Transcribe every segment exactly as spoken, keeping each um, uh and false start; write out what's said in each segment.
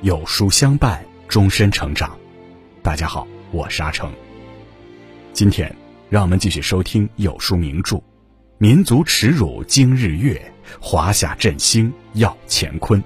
有书相伴，终身成长。大家好，我是阿成。今天让我们继续收听有书名著《民族耻辱经日月，华夏振兴耀乾坤》。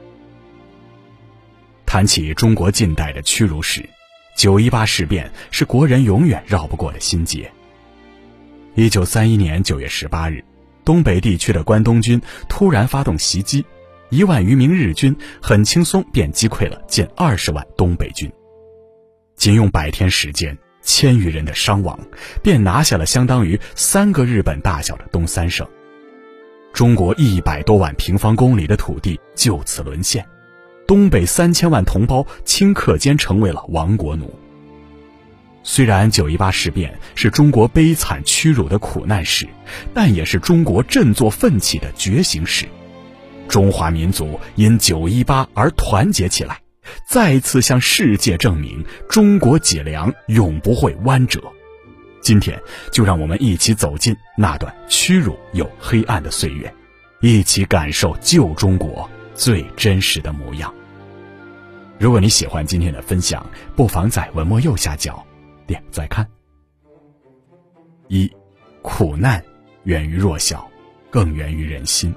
谈起中国近代的屈辱史，九一八事变是国人永远绕不过的心结。一九三一年九月十八日，东北地区的关东军突然发动袭击，一万余名日军很轻松便击溃了近二十万东北军。仅用百天时间，千余人的伤亡，便拿下了相当于三个日本大小的东三省。中国一百多万平方公里的土地就此沦陷，东北三千万同胞顷刻间成为了亡国奴。虽然九一八事变是中国悲惨屈辱的苦难史，但也是中国振作奋起的觉醒史。中华民族因九一八而团结起来，再次向世界证明中国脊梁永不会弯折。今天就让我们一起走进那段屈辱又黑暗的岁月，一起感受旧中国最真实的模样。如果你喜欢今天的分享，不妨在文末右下角点再看。一，苦难源于弱小，更源于人心。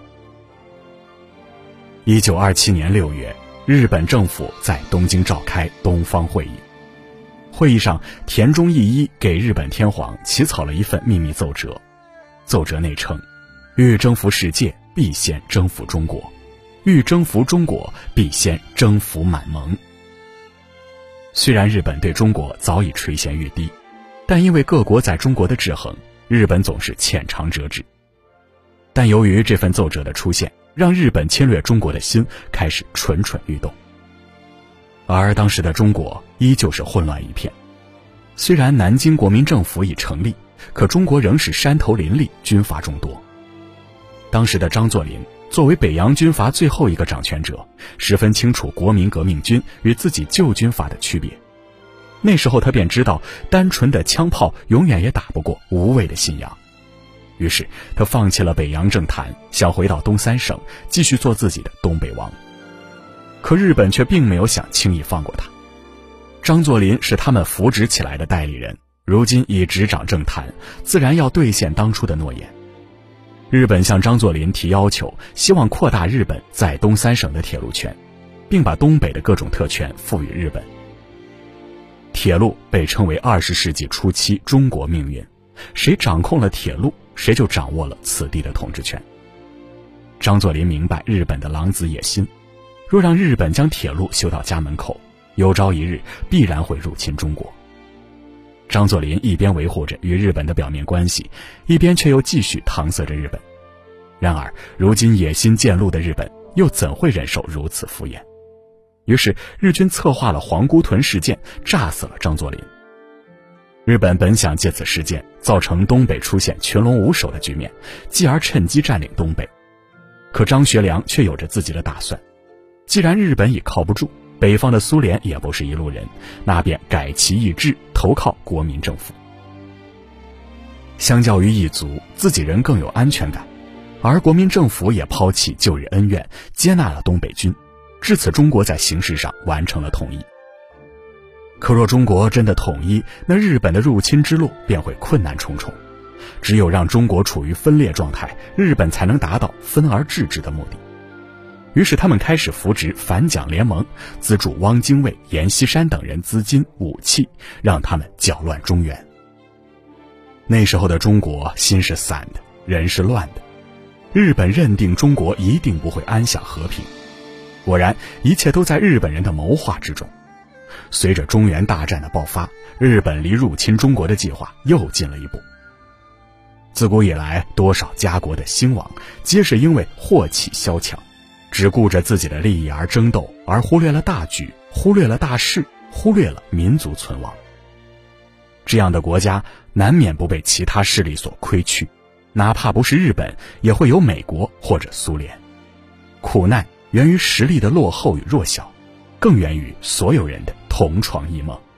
一九二七年六月，日本政府在东京召开东方会议。会议上，田中义一给日本天皇起草了一份秘密奏折。奏折内称，欲征服世界，必先征服中国；欲征服中国，必先征服满蒙。虽然日本对中国早已垂涎欲滴，但因为各国在中国的制衡，日本总是浅尝辄止。但由于这份奏折的出现，让日本侵略中国的心开始蠢蠢欲动。而当时的中国依旧是混乱一片，虽然南京国民政府已成立，可中国仍是山头林立，军阀众多。当时的张作霖作为北洋军阀最后一个掌权者，十分清楚国民革命军与自己旧军阀的区别。那时候他便知道，单纯的枪炮永远也打不过无畏的信仰。于是他放弃了北洋政坛，想回到东三省继续做自己的东北王。可日本却并没有想轻易放过他。张作霖是他们扶植起来的代理人，如今已执掌政坛，自然要兑现当初的诺言。日本向张作霖提要求，希望扩大日本在东三省的铁路权，并把东北的各种特权赋予日本。铁路被称为二十世纪初期中国命运，谁掌控了铁路，谁就掌握了此地的统治权。张作霖明白日本的狼子野心，若让日本将铁路修到家门口，有朝一日必然会入侵中国。张作霖一边维护着与日本的表面关系，一边却又继续搪塞着日本。然而如今野心渐露的日本又怎会忍受如此敷衍？于是日军策划了皇姑屯事件，炸死了张作霖。日本本想借此事件造成东北出现群龙无首的局面，继而趁机占领东北。可张学良却有着自己的打算，既然日本已靠不住，北方的苏联也不是一路人，那便改其意志，投靠国民政府。相较于异族，自己人更有安全感，而国民政府也抛弃旧日恩怨，接纳了东北军，至此中国在形式上完成了统一。可若中国真的统一，那日本的入侵之路便会困难重重。只有让中国处于分裂状态，日本才能达到分而治之的目的。于是他们开始扶植反蒋联盟，资助汪精卫、阎锡山等人资金、武器，让他们搅乱中原。那时候的中国心是散的，人是乱的。日本认定中国一定不会安享和平，果然一切都在日本人的谋划之中。随着中原大战的爆发，日本离入侵中国的计划又近了一步。自古以来，多少家国的兴亡，皆是因为祸起萧墙，只顾着自己的利益而争斗，而忽略了大局，忽略了大势，忽略了民族存亡。这样的国家难免不被其他势力所亏去，哪怕不是日本，也会有美国或者苏联。苦难源于实力的落后与弱小，更源于所有人的同床异梦。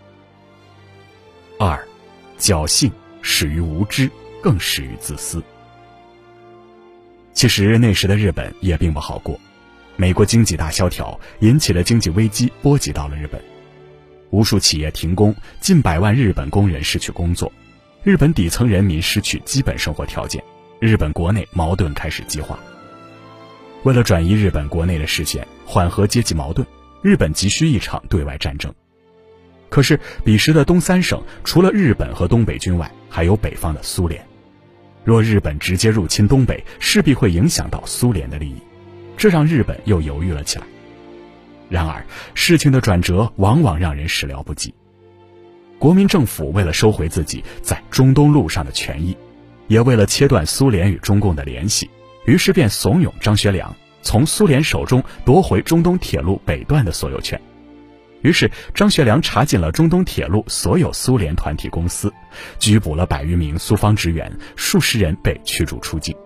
二，侥幸始于无知，更始于自私。其实那时的日本也并不好过， 美国经济大萧条引起了经济危机，波及到了日本，无数企业停工，近百万日本工人失去工作，日本底层人民失去基本生活条件，日本国内矛盾开始激化。为了转移日本国内的视线，缓和阶级矛盾，日本急需一场对外战争。可是彼时的东三省除了日本和东北军外，还有北方的苏联。若日本直接入侵东北，势必会影响到苏联的利益，这让日本又犹豫了起来。然而事情的转折往往让人始料不及。国民政府为了收回自己在中东路上的权益，也为了切断苏联与中共的联系，于是便怂恿张学良从苏联手中夺回中东铁路北段的所有权。于是张学良查禁了中东铁路所有苏联团体公司，拘捕了百余名苏方职员，数十人被驱逐出境。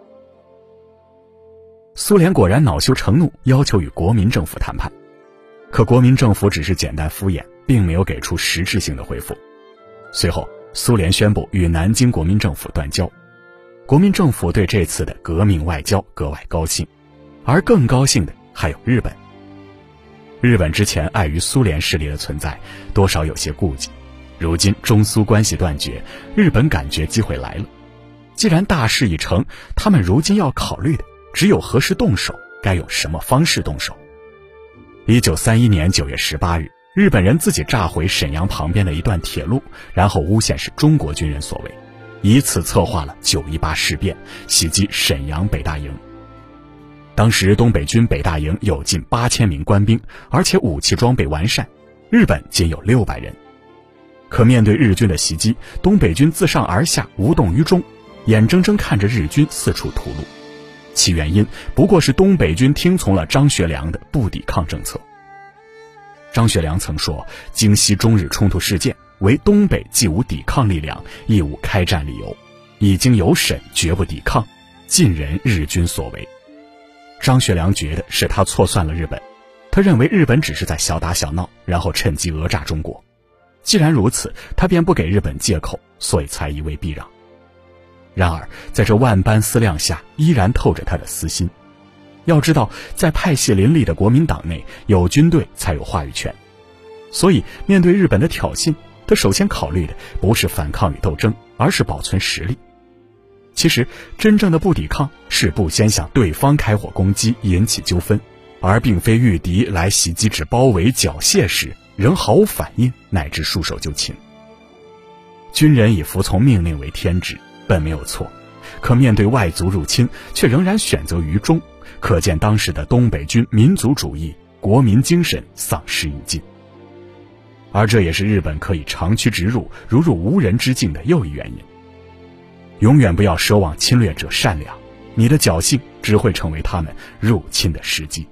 苏联果然恼羞成怒，要求与国民政府谈判。可国民政府只是简单敷衍，并没有给出实质性的回复。随后苏联宣布与南京国民政府断交。国民政府对这次的革命外交格外高兴，而更高兴的还有日本。日本之前碍于苏联势力的存在，多少有些顾忌，如今中苏关系断绝，日本感觉机会来了。既然大势已成，他们如今要考虑的只有何时动手，该用什么方式动手。一九三一年九月十八日，日本人自己炸毁沈阳旁边的一段铁路，然后诬陷是中国军人所为，以此策划了九一八事变，袭击沈阳北大营。当时东北军北大营有近八千名官兵，而且武器装备完善，日本仅有六百人。可面对日军的袭击，东北军自上而下无动于衷，眼睁睁看着日军四处屠戮。其原因不过是东北军听从了张学良的不抵抗政策。张学良曾说，京西中日冲突事件为东北既无抵抗力量，亦无开战理由，已经有审绝不抵抗，尽人日军所为。张学良觉得是他错算了日本，他认为日本只是在小打小闹，然后趁机讹诈中国。既然如此，他便不给日本借口，所以才一味避让。然而在这万般思量下，依然透着他的私心。要知道，在派系林立的国民党内，有军队才有话语权。所以面对日本的挑衅，他首先考虑的不是反抗与斗争，而是保存实力。其实真正的不抵抗是不先向对方开火攻击，引起纠纷，而并非遇敌来袭击至包围缴械时仍毫无反应，乃至束手就擒。军人以服从命令为天职，本没有错，可面对外族入侵却仍然选择于中，可见当时的东北军民族主义、国民精神丧失已尽。而这也是日本可以长驱直入，如入无人之境的又一原因。永远不要奢望侵略者善良，你的侥幸只会成为他们入侵的时机。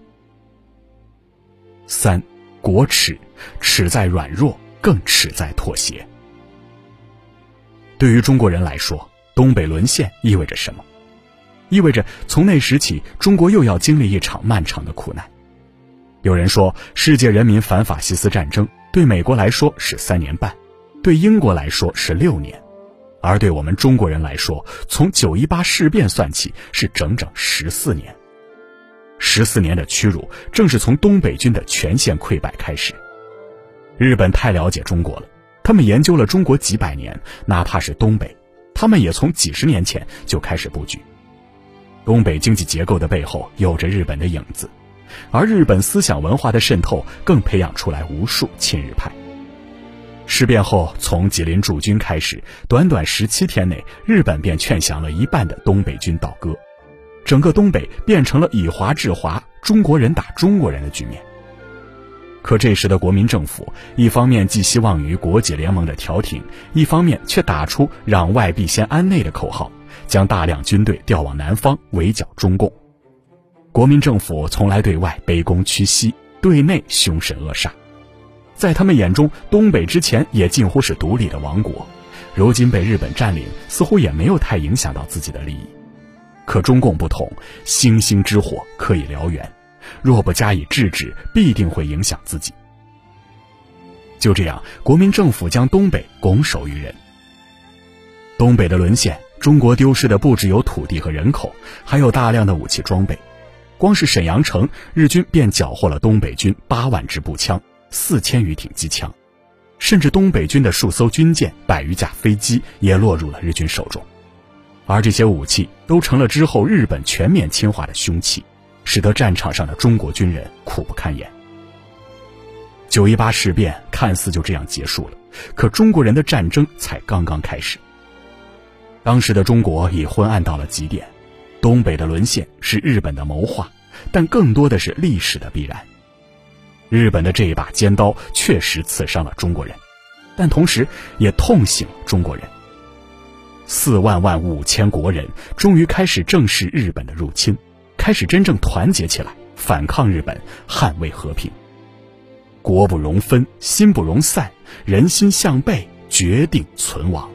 三，国耻，耻在软弱，更耻在妥协。对于中国人来说，东北沦陷意味着什么？意味着从那时起，中国又要经历一场漫长的苦难。有人说，世界人民反法西斯战争对美国来说是三年半，对英国来说是六年，而对我们中国人来说，从九一八事变算起是整整十四年。十四年的屈辱，正是从东北军的全线溃败开始。日本太了解中国了，他们研究了中国几百年，哪怕是东北，他们也从几十年前就开始布局。东北经济结构的背后有着日本的影子，而日本思想文化的渗透更培养出来无数亲日派。事变后，从吉林驻军开始，短短十七天内，日本便劝降了一半的东北军倒戈，整个东北变成了以华制华、中国人打中国人的局面。可这时的国民政府，一方面寄希望于国际联盟的调停，一方面却打出攘外必先安内的口号，将大量军队调往南方围剿中共。国民政府从来对外卑躬屈膝，对内凶神恶煞。在他们眼中，东北之前也近乎是独立的王国，如今被日本占领，似乎也没有太影响到自己的利益。可中共不同，星星之火可以燎原，若不加以制止，必定会影响自己。就这样，国民政府将东北拱手于人。东北的沦陷，中国丢失的不只有土地和人口，还有大量的武器装备。 光是沈阳城，日军便缴获了东北军八万支步枪、四千余挺机枪，甚至东北军的数艘军舰、百余架飞机也落入了日军手中。而这些武器都成了之后日本全面侵华的凶器，使得战场上的中国军人苦不堪言。九一八事变看似就这样结束了，可中国人的战争才刚刚开始。当时的中国已昏暗到了极点，东北的沦陷是日本的谋划，但更多的是历史的必然。日本的这一把尖刀确实刺伤了中国人，但同时也痛醒了中国人。四万万五千国人终于开始正视日本的入侵，开始真正团结起来，反抗日本，捍卫和平。国不容分，心不容散，人心向背，决定存亡。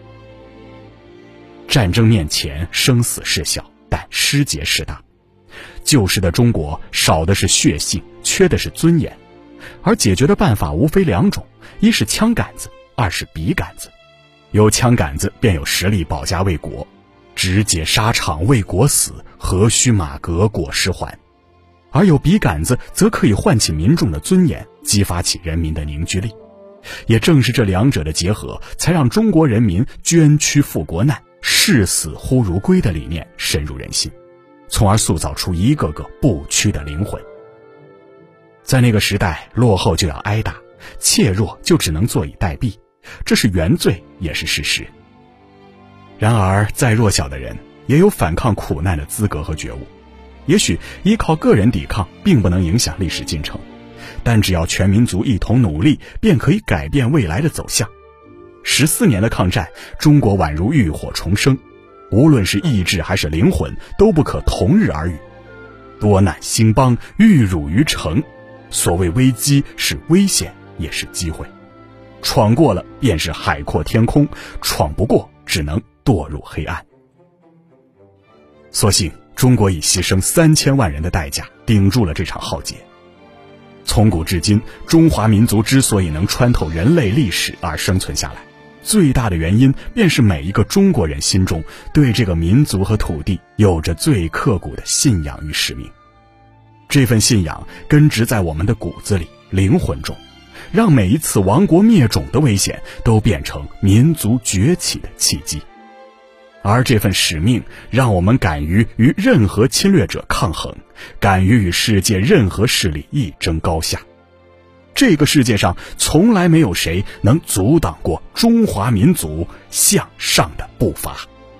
战争面前，生死事小，但失节事大。旧时的中国少的是血性，缺的是尊严，而解决的办法无非两种，一是枪杆子，二是笔杆子。有枪杆子便有实力保家卫国，直解沙场为国死，何须马革裹尸还。而有笔杆子则可以唤起民众的尊严，激发起人民的凝聚力。也正是这两者的结合，才让中国人民捐躯赴国难，视死忽如归的理念深入人心，从而塑造出一个个不屈的灵魂。在那个时代，落后就要挨打，怯弱就只能坐以待毙，这是原罪，也是事实。然而再弱小的人也有反抗苦难的资格和觉悟。也许依靠个人抵抗并不能影响历史进程，但只要全民族一同努力，便可以改变未来的走向。十四年的抗战，中国宛如浴火重生，无论是意志还是灵魂，都不可同日而语。多难兴邦，玉汝于成。所谓危机是危险，也是机会。闯过了便是海阔天空，闯不过只能堕入黑暗。所幸中国以牺牲三千万人的代价顶住了这场浩劫。从古至今，中华民族之所以能穿透人类历史而生存下来，最大的原因便是每一个中国人心中对这个民族和土地有着最刻骨的信仰与使命。这份信仰根植在我们的骨子里、灵魂中，让每一次亡国灭种的危险都变成民族崛起的契机。而这份使命让我们敢于与任何侵略者抗衡，敢于与世界任何势力一争高下。这个世界上从来没有谁能阻挡过中华民族向上的步伐。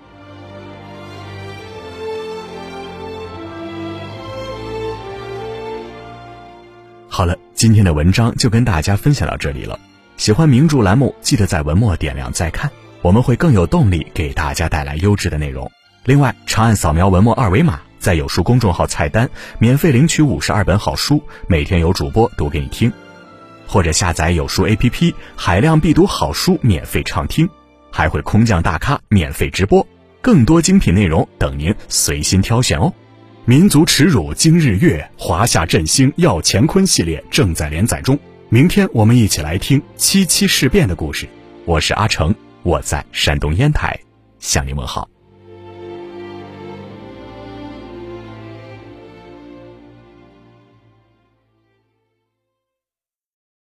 好了，今天的文章就跟大家分享到这里了。喜欢名著栏目，记得在文末点亮再看，我们会更有动力给大家带来优质的内容。另外，长按扫描文末二维码，在有书公众号菜单免费领取五十二本好书，每天有主播读给你听。或者下载有书 A P P， 海量必读好书免费畅听，还会空降大咖免费直播，更多精品内容等您随心挑选哦。民族耻辱今日月，华夏振兴耀乾坤系列正在连载中。明天我们一起来听七七事变的故事。我是阿成，我在山东烟台向您问好。